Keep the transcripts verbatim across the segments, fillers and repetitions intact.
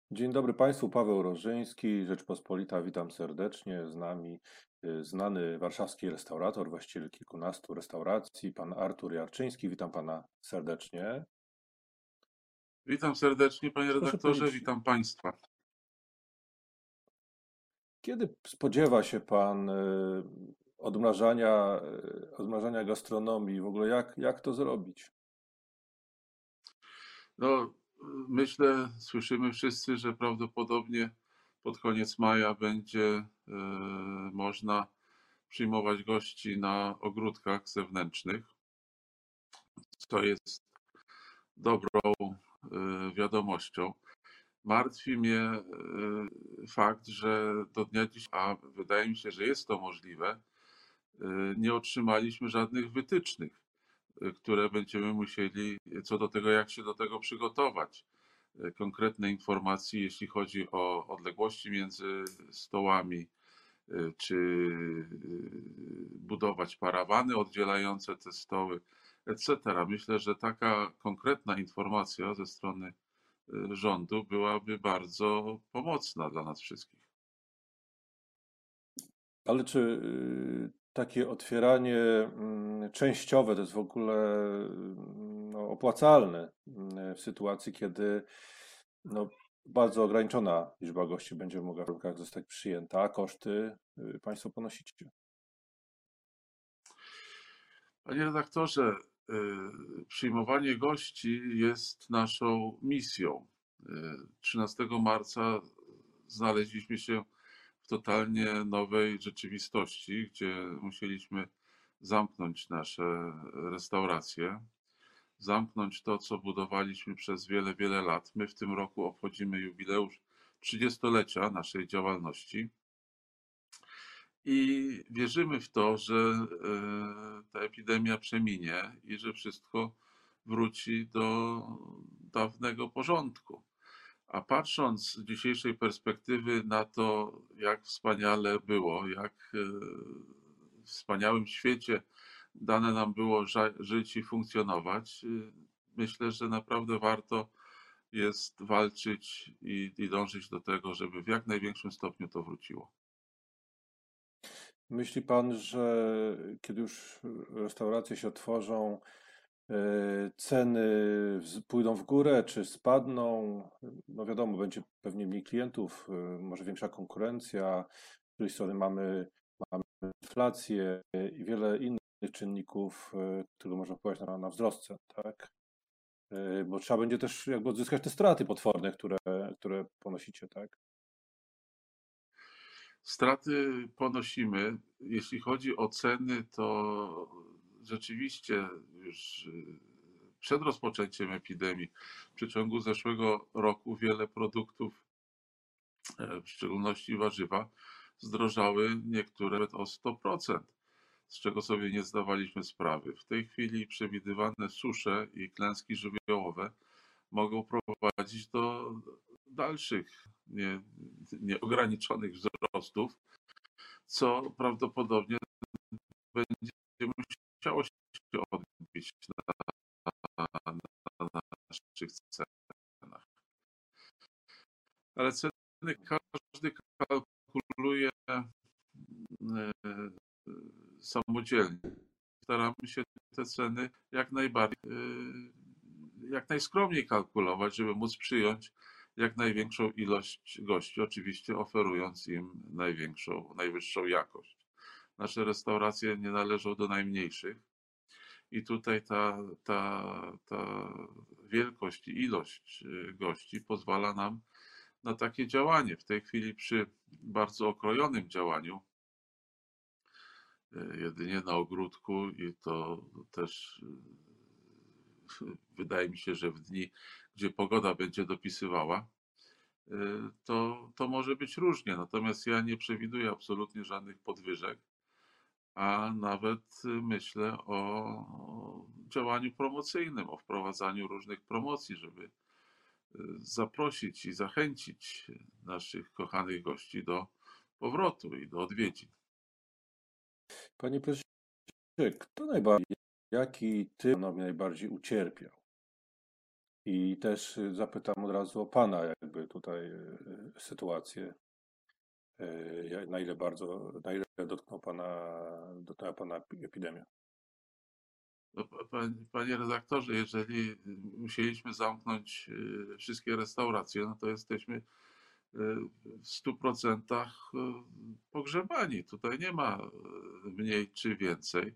Dzień dobry Państwu, Paweł Rożyński, Rzeczpospolita, witam serdecznie. Z nami y, znany warszawski restaurator, właściciel kilkunastu restauracji, pan Artur Jarczyński. Witam pana serdecznie. Witam serdecznie, panie Proszę redaktorze, powiedzieć, witam państwa. kiedy spodziewa się pan y, odmrażania, y, odmrażania gastronomii? W ogóle jak, jak to zrobić? No, myślę, słyszymy wszyscy, że prawdopodobnie pod koniec maja będzie e, można przyjmować gości na ogródkach zewnętrznych, co jest dobrą e, wiadomością. Martwi mnie e, fakt, że do dnia dzisiejszego, a wydaje mi się, że jest to możliwe, e, nie otrzymaliśmy żadnych wytycznych, które będziemy musieli co do tego, jak się do tego przygotować. Konkretne informacje, jeśli chodzi o odległości między stołami, czy budować parawany oddzielające te stoły, et cetera. Myślę, że taka konkretna informacja ze strony rządu byłaby bardzo pomocna dla nas wszystkich. Ale czy y, takie otwieranie mm, częściowe to jest w ogóle mm, no, opłacalne mm, w sytuacji, kiedy no, bardzo ograniczona liczba gości będzie mogła w warunkach zostać przyjęta, a koszty y, państwo ponosicie? Panie redaktorze, przyjmowanie gości jest naszą misją. trzynastego marca znaleźliśmy się w totalnie nowej rzeczywistości, gdzie musieliśmy zamknąć nasze restauracje, zamknąć to, co budowaliśmy przez wiele, wiele lat. My w tym roku obchodzimy jubileusz trzydziestolecia naszej działalności i wierzymy w to, że e, ta epidemia przeminie i że wszystko wróci do dawnego porządku. A patrząc z dzisiejszej perspektywy na to, jak wspaniale było, jak e, w wspaniałym świecie dane nam było żyć i funkcjonować, e, myślę, że naprawdę warto jest walczyć i, i dążyć do tego, żeby w jak największym stopniu to wróciło. Myśli pan, że kiedy już restauracje się otworzą, y, ceny wz- pójdą w górę, czy spadną? No wiadomo, będzie pewnie mniej klientów, y, może większa konkurencja. Z drugiej strony mamy inflację i wiele innych czynników, y, które można wpływać na, na wzrost cen, tak? Y, Bo trzeba będzie też jakby odzyskać te straty potworne, które, które ponosicie, tak? Straty ponosimy. Jeśli chodzi o ceny, to rzeczywiście już y, przed rozpoczęciem epidemii, w przeciągu zeszłego roku wiele produktów, e, w szczególności warzywa, zdrożały, niektóre nawet o sto procent, z czego sobie nie zdawaliśmy sprawy. W tej chwili przewidywane susze i klęski żywiołowe mogą prowadzić do dalszych nie, nieograniczonych wzrostów, co prawdopodobnie będzie musiało się odbić na, na naszych cenach. Ale ceny każdy kalkuluje e, samodzielnie. Staramy się te ceny jak najbardziej, e, jak najskromniej kalkulować, żeby móc przyjąć jak największą ilość gości, oczywiście oferując im największą, najwyższą jakość. Nasze restauracje nie należą do najmniejszych i tutaj ta, ta, ta wielkość i ilość y, gości pozwala nam na takie działanie. W tej chwili przy bardzo okrojonym działaniu, y, jedynie na ogródku i to też y, wydaje mi się, że w dni, gdzie pogoda będzie dopisywała, y, to, to może być różnie. Natomiast ja nie przewiduję absolutnie żadnych podwyżek, a nawet myślę o działaniu promocyjnym, o wprowadzaniu różnych promocji, żeby zaprosić i zachęcić naszych kochanych gości do powrotu i do odwiedzin. Panie prezesie, kto najbardziej, jaki typ ekonomii najbardziej ucierpiał? I też y, zapytam od razu o Pana jakby tutaj y, sytuację, y, ja- na ile bardzo, na ile dotknął Pana, dotknęła Pana epi- epidemia. No, pa- pa- Panie redaktorze, jeżeli musieliśmy zamknąć y, wszystkie restauracje, no to jesteśmy y, w stu procentach y, pogrzebani. Tutaj nie ma y, mniej czy więcej.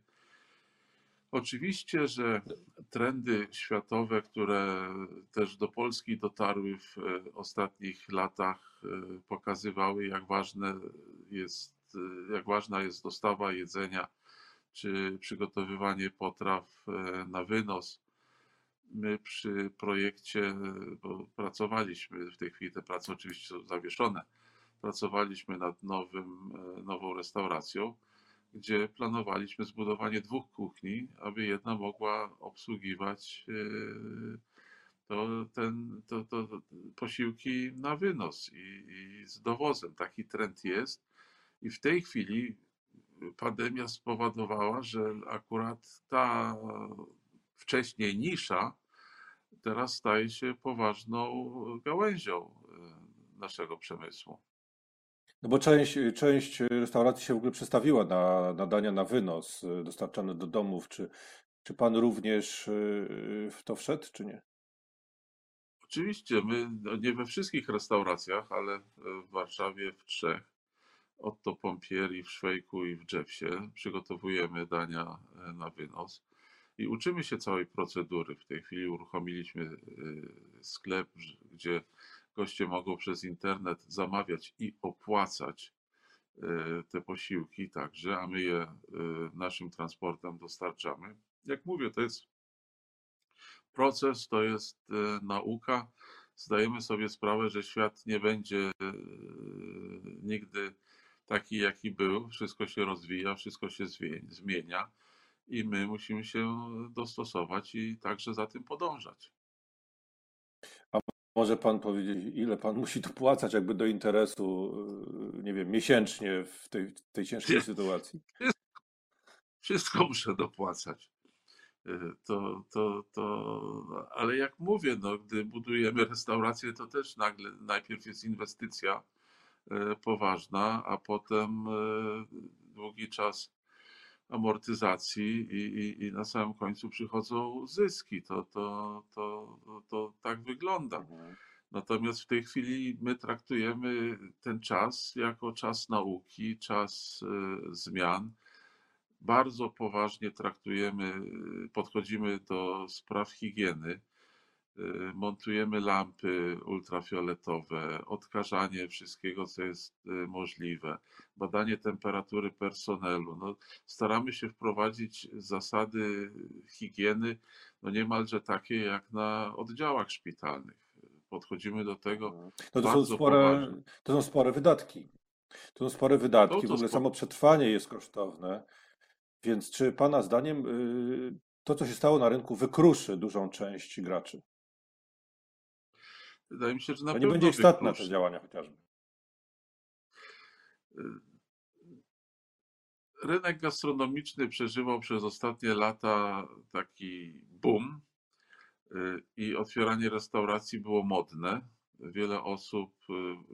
Oczywiście, że trendy światowe, które też do Polski dotarły w e, ostatnich latach, e, pokazywały, jak ważne jest, e, jak ważna jest dostawa jedzenia czy przygotowywanie potraw e, na wynos. My przy projekcie, bo pracowaliśmy, w tej chwili te prace oczywiście są zawieszone, pracowaliśmy nad nowym, e, nową restauracją, gdzie planowaliśmy zbudowanie dwóch kuchni, aby jedna mogła obsługiwać e, to, ten, to, to, to posiłki na wynos i, i z dowozem. Taki trend jest. I w tej chwili pandemia spowodowała, że akurat ta wcześniej nisza teraz staje się poważną gałęzią e, naszego przemysłu. No bo część, część restauracji się w ogóle przestawiła na, na dania na wynos, y, dostarczane do domów. Czy, czy Pan również y, w to wszedł, czy nie? Oczywiście, my no nie we wszystkich restauracjach, ale w Warszawie w trzech, Otto Pompieri, w Szwejku i w Dżewsie przygotowujemy dania e, na wynos i uczymy się całej procedury. W tej chwili uruchomiliśmy e, sklep, gdzie goście mogą przez internet zamawiać i opłacać e, te posiłki także, a my je e, naszym transportem dostarczamy. Jak mówię, to jest proces, to jest e, nauka. Zdajemy sobie sprawę, że świat nie będzie e, nigdy taki, jaki był. Wszystko się rozwija, wszystko się zmienia i my musimy się dostosować i także za tym podążać. A może Pan powiedzieć, ile Pan musi dopłacać jakby do interesu, y, nie wiem, miesięcznie w tej, w tej ciężkiej sytuacji? Wszystko muszę dopłacać. E, To, to, to, ale jak mówię, no, gdy budujemy restaurację, to też nagle najpierw jest inwestycja e, poważna, a potem e, długi czas amortyzacji i, i, i na samym końcu przychodzą zyski. To, to, to, to tak wygląda. Mhm. Natomiast w tej chwili my traktujemy ten czas jako czas nauki, czas e, zmian. Bardzo poważnie traktujemy, podchodzimy do spraw higieny. Y, montujemy lampy ultrafioletowe, odkażanie wszystkiego, co jest y, możliwe, badanie temperatury personelu. No, staramy się wprowadzić zasady higieny, no niemalże takie jak na oddziałach szpitalnych. Podchodzimy do tego Mhm. No to są bardzo spore, poważnie. to są spore wydatki. To są spore Są wydatki. W to ogóle spo... samo przetrwanie jest kosztowne. Więc czy Pana zdaniem y, to, co się stało na rynku, wykruszy dużą część graczy? Wydaje mi się, że na To nie będzie pewno ich stać na te wykruszy. działania chociażby. Y, Rynek gastronomiczny przeżywał przez ostatnie lata taki boom y, i otwieranie restauracji było modne. Wiele osób y,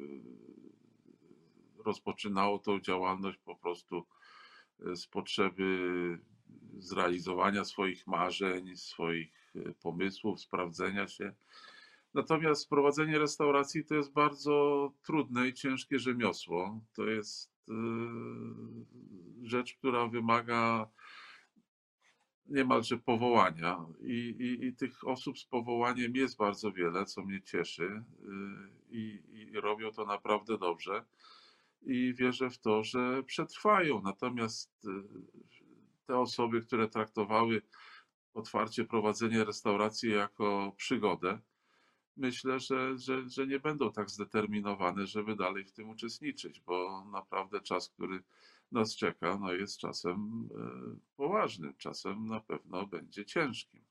y, rozpoczynało tą działalność po prostu y, z potrzeby zrealizowania swoich marzeń, swoich y, pomysłów, sprawdzenia się. Natomiast prowadzenie restauracji to jest bardzo trudne i ciężkie rzemiosło. To jest y, rzecz, która wymaga niemalże powołania i, i, i tych osób z powołaniem jest bardzo wiele, co mnie cieszy y, i, i robią to naprawdę dobrze i wierzę w to, że przetrwają. Natomiast y, te osoby, które traktowały otwarcie prowadzenie restauracji jako przygodę, myślę, że, że, że nie będą tak zdeterminowane, żeby dalej w tym uczestniczyć, bo naprawdę czas, który nas czeka, no jest czasem e, poważnym, czasem na pewno będzie ciężkim.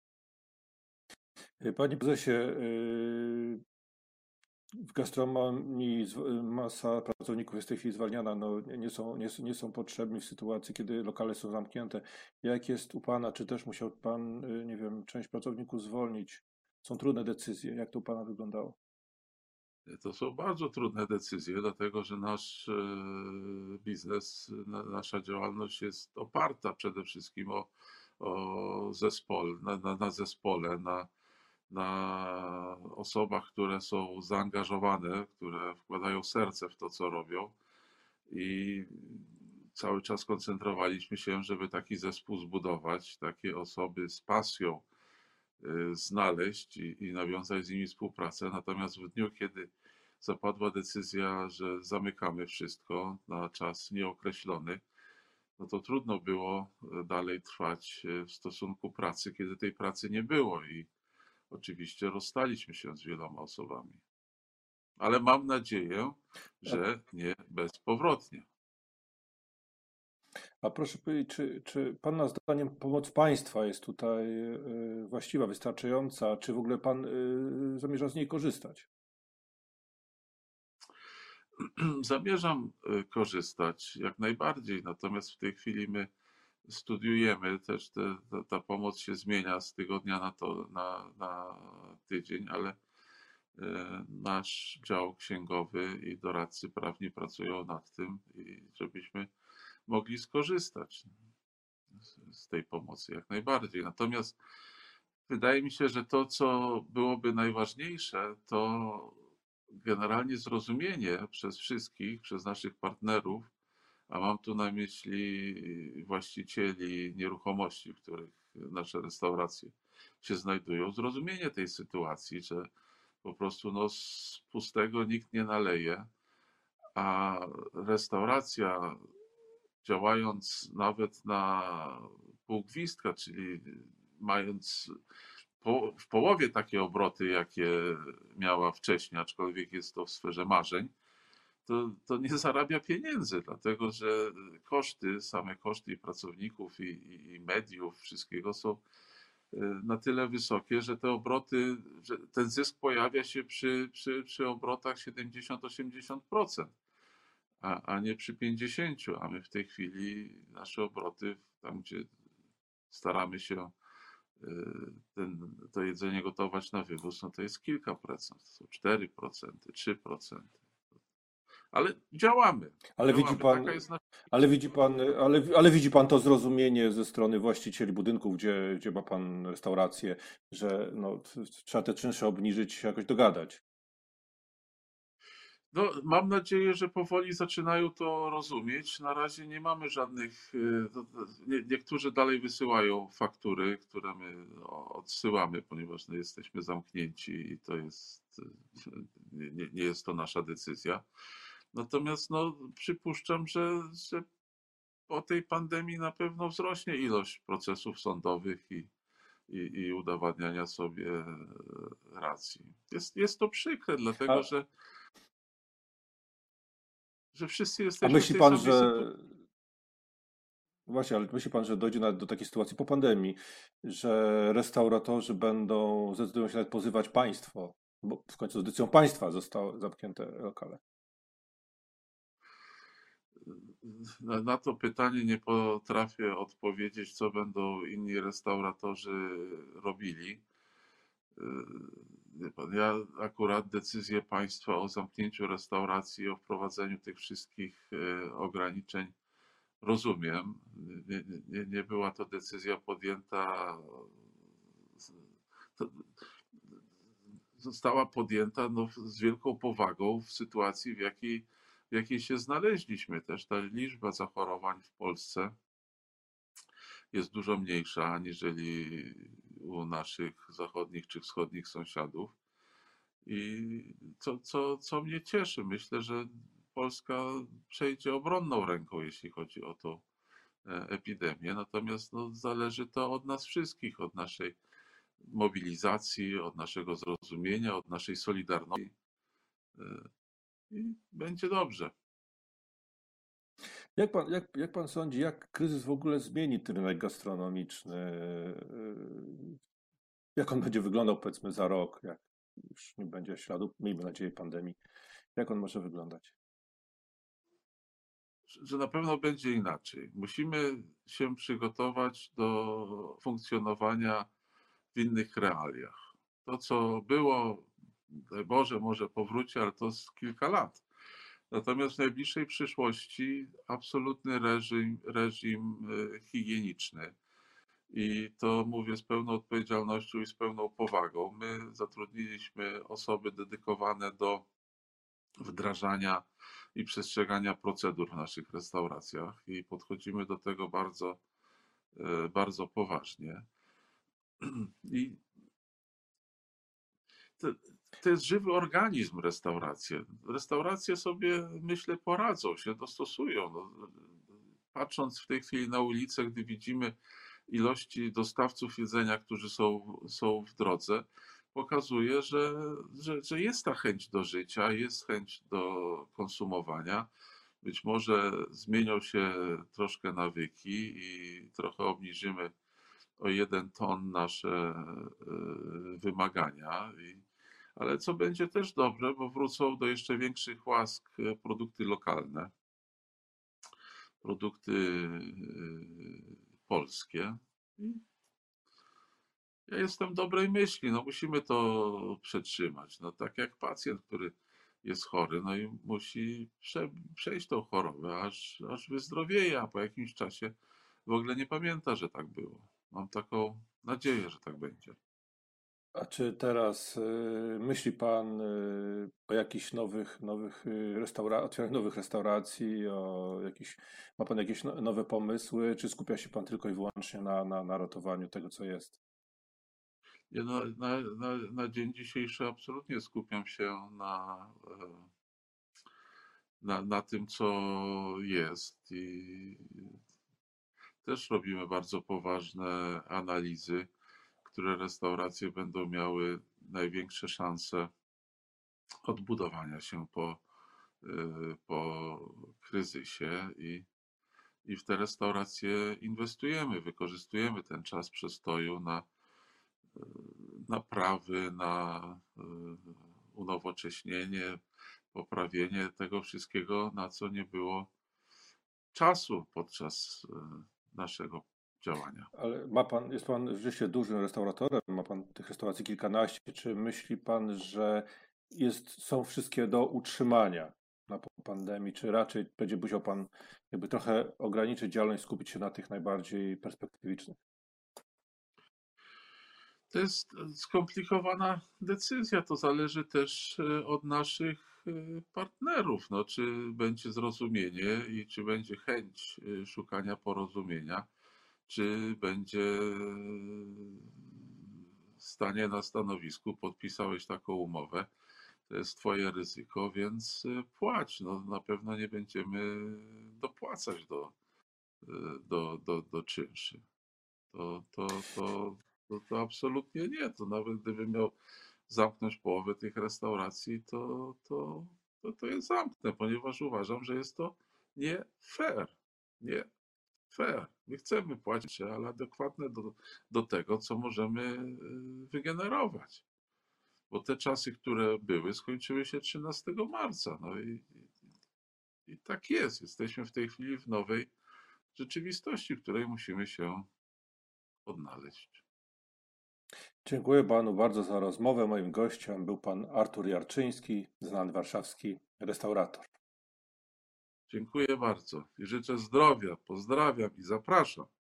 Y, Panie prezesie, y, w gastronomii zw- masa pracowników jest w tej chwili zwalniana. No, nie nie są, nie, są- nie są potrzebni w sytuacji, kiedy lokale są zamknięte. Jak jest u Pana? Czy też musiał Pan, y, nie wiem, część pracowników zwolnić? Są trudne decyzje. Jak to u pana wyglądało? To są bardzo trudne decyzje, dlatego że nasz e, biznes, na- nasza działalność jest oparta przede wszystkim o, o zespole, na, na, na zespole, na, na osobach, które są zaangażowane, które wkładają serce w to, co robią. I cały czas koncentrowaliśmy się, żeby taki zespół zbudować, takie osoby z pasją y, znaleźć i, i nawiązać z nimi współpracę. Natomiast w dniu, kiedy zapadła decyzja, że zamykamy wszystko na czas nieokreślony, no to trudno było y, dalej trwać y, w stosunku pracy, kiedy tej pracy nie było i oczywiście rozstaliśmy się z wieloma osobami. Ale mam nadzieję, A, że nie bezpowrotnie. a proszę powiedzieć, czy, czy pana zdaniem pomoc państwa jest tutaj y, właściwa, wystarczająca? Czy w ogóle pan y, zamierza z niej korzystać? Zamierzam y, korzystać jak najbardziej, natomiast w tej chwili my studiujemy też, te, ta, ta pomoc się zmienia z tygodnia na, to, na, na tydzień, ale y, nasz dział księgowy i doradcy prawni pracują nad tym, i żebyśmy mogli skorzystać z, z tej pomocy jak najbardziej. Natomiast wydaje mi się, że to, co byłoby najważniejsze, to generalnie zrozumienie przez wszystkich, przez naszych partnerów, a mam tu na myśli właścicieli nieruchomości, w których nasze restauracje się znajdują, zrozumienie tej sytuacji, że po prostu no, z pustego nikt nie naleje, a restauracja działając nawet na pół gwizdka, czyli mając po, w połowie takie obroty, jakie miała wcześniej, aczkolwiek jest to w sferze marzeń, to, to nie zarabia pieniędzy, dlatego że koszty, same koszty i pracowników, i, i, i mediów, wszystkiego są y, na tyle wysokie, że te obroty, że ten zysk pojawia się przy, przy, przy obrotach siedemdziesiąt-osiemdziesiąt procent, a, a nie przy pięćdziesięciu, a my w tej chwili nasze obroty, tam gdzie staramy się y, ten, to jedzenie gotować na wywóz, no to jest kilka procent, to są cztery procent, trzy procent. Ale działamy, Ale widzi działamy. pan, Taka jest nasza. ale widzi pan, ale, ale widzi pan to zrozumienie ze strony właścicieli budynków, gdzie, gdzie ma pan restaurację, że no, t- trzeba te czynsze obniżyć, się jakoś dogadać. No, mam nadzieję, że powoli zaczynają to rozumieć. Na razie nie mamy żadnych. y, to- to- nie- Niektórzy dalej wysyłają faktury, które my o- odsyłamy, ponieważ no, jesteśmy zamknięci i to jest. y, Nie, nie nie jest to nasza decyzja. Natomiast no, przypuszczam, że, że po tej pandemii na pewno wzrośnie ilość procesów sądowych i, i, i udowadniania sobie e, racji. Jest, jest to przykre, dlatego A, że, że wszyscy a jesteśmy w myśli tej pan, samej że sytuacji. właśnie, ale myśli pan, że dojdzie nawet do takiej sytuacji po pandemii, że restauratorzy będą, zdecydują się nawet pozywać państwo, bo w końcu z decyzją państwa zostały zamknięte lokale. Na, na to pytanie nie potrafię odpowiedzieć, co będą inni restauratorzy robili. Yy, Wie pan, ja akurat decyzję państwa o zamknięciu restauracji, o wprowadzeniu tych wszystkich yy, ograniczeń rozumiem. Nie, nie, nie była to decyzja podjęta. To została podjęta no, z wielką powagą w sytuacji, w jakiej, w jakiej się znaleźliśmy. Też ta liczba zachorowań w Polsce jest dużo mniejsza aniżeli u naszych zachodnich czy wschodnich sąsiadów. I co, co, co mnie cieszy, myślę, że Polska przejdzie obronną ręką, jeśli chodzi o tą e, epidemię. Natomiast no, zależy to od nas wszystkich, od naszej mobilizacji, od naszego zrozumienia, od naszej solidarności. E, I będzie dobrze. Jak pan, jak, jak pan sądzi, jak kryzys w ogóle zmieni ten rynek gastronomiczny? Yy, Jak on będzie wyglądał, powiedzmy, za rok, jak już nie będzie śladu, miejmy nadzieję, pandemii? Jak on może wyglądać? Że na pewno będzie inaczej. Musimy się przygotować do funkcjonowania w innych realiach. To, co było, daj Boże, może powróci, ale to z kilka lat. Natomiast w najbliższej przyszłości absolutny reżim, reżim y, higieniczny. I to mówię z pełną odpowiedzialnością i z pełną powagą. My zatrudniliśmy osoby dedykowane do wdrażania i przestrzegania procedur w naszych restauracjach i podchodzimy do tego bardzo, y, bardzo poważnie. I to, to jest żywy organizm restauracje. Restauracje sobie, myślę, poradzą się, dostosują. No, patrząc w tej chwili na ulicę, gdy widzimy ilości dostawców jedzenia, którzy są, są w drodze, pokazuje, że, że, że jest ta chęć do życia, jest chęć do konsumowania. Być może zmienią się troszkę nawyki i trochę obniżymy o jeden ton nasze y, wymagania. I, ale co będzie też dobrze, bo wrócą do jeszcze większych łask e, produkty lokalne, produkty y, polskie. I ja jestem dobrej myśli, no musimy to przetrzymać. No tak jak pacjent, który jest chory, no i musi prze, przejść tą chorobę, aż, aż wyzdrowieje, a po jakimś czasie w ogóle nie pamięta, że tak było. Mam taką nadzieję, że tak będzie. A czy teraz y, myśli Pan y, o jakichś nowych, nowych y, restaura- otwieraniu nowych restauracji, o jakiś, ma Pan jakieś no, nowe pomysły, czy skupia się Pan tylko i wyłącznie na, na, na ratowaniu tego, co jest? Ja na, na, na, na dzień dzisiejszy absolutnie skupiam się na, e, na, na tym, co jest i też robimy bardzo poważne analizy, które restauracje będą miały największe szanse odbudowania się po, e, po kryzysie i, i w te restauracje inwestujemy, wykorzystujemy ten czas przestoju na naprawy, na y, unowocześnienie, poprawienie tego wszystkiego, na co nie było czasu podczas y, naszego działania. Ale ma Pan, jest Pan rzeczywiście dużym restauratorem, ma Pan tych restauracji kilkanaście. Czy myśli Pan, że jest, są wszystkie do utrzymania na po pandemii, czy raczej będzie musiał Pan jakby trochę ograniczyć działalność, skupić się na tych najbardziej perspektywicznych? To jest skomplikowana decyzja. To zależy też y, od naszych y, partnerów. No, czy będzie zrozumienie i czy będzie chęć y, szukania porozumienia, czy będzie stanie na stanowisku, podpisałeś taką umowę, to jest twoje ryzyko, więc y, płać. No, na pewno nie będziemy dopłacać do, y, do, do, do czynszy. To, to, to, to, to absolutnie nie. To nawet gdybym miał zamknąć połowę tych restauracji, to, to, to, to je zamknę, ponieważ uważam, że jest to nie fair. Nie fair. My chcemy płacić, ale adekwatne do, do tego, co możemy y, wygenerować. Bo te czasy, które były, skończyły się trzynastego marca. No i, i, i tak jest. Jesteśmy w tej chwili w nowej rzeczywistości, w której musimy się odnaleźć. Dziękuję Panu bardzo za rozmowę. Moim gościem był Pan Artur Jarczyński, znany warszawski restaurator. Dziękuję bardzo i życzę zdrowia. Pozdrawiam i zapraszam.